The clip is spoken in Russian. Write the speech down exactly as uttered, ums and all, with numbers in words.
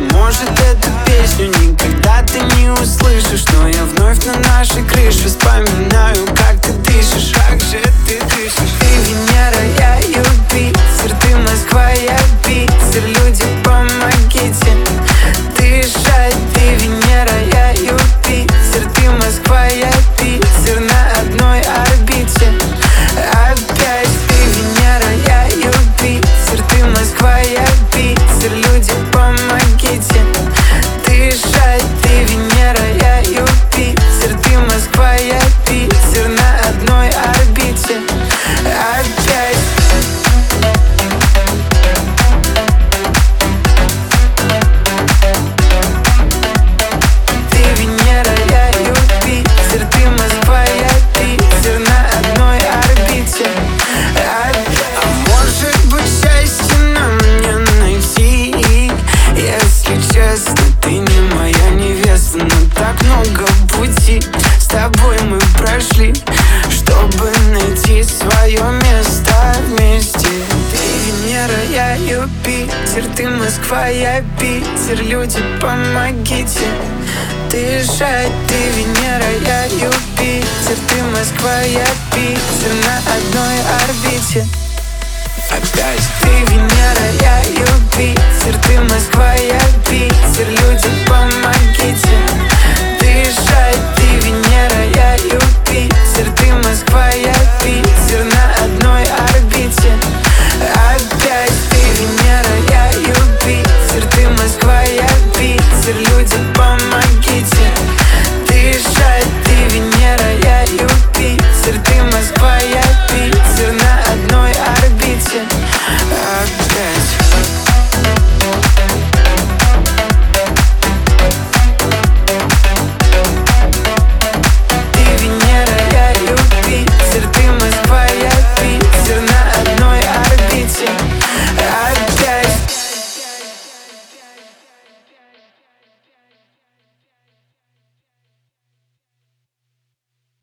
может, эту песню никогда ты не услышишь, но я вновь на нашей крыше вспоминаю, как ты дышишь. Как же ты дышишь? Ты Венера, я Юпитер, ты Москва, я Питер. Люди, помогите дышать. Ты Венера, я Юпитер, ты Москва, я Питер. На одной орбите опять. Ты Венера, я Юпитер, ты Москва, я Питер. Люди, помогите дышать. Ты Венера, я Юпитер, ты Москва, я Питер. На одной орбите опять. Ты Венера, я Юпитер, ты Москва, я Питер. На одной орбите опять. А может быть, счастье нам не найти? Если честно, ты не моя невеста, но так много пути с тобой мы прошли, чтобы найти свое место вместе. Ты Венера, я Юпитер, ты Москва, я Питер. Люди, помогите дышать. Ты Венера, я Юпитер, ты Москва, я Питер. На одной орбите опять. Ты Венера, я Юпитер, ты Москва, я Питер.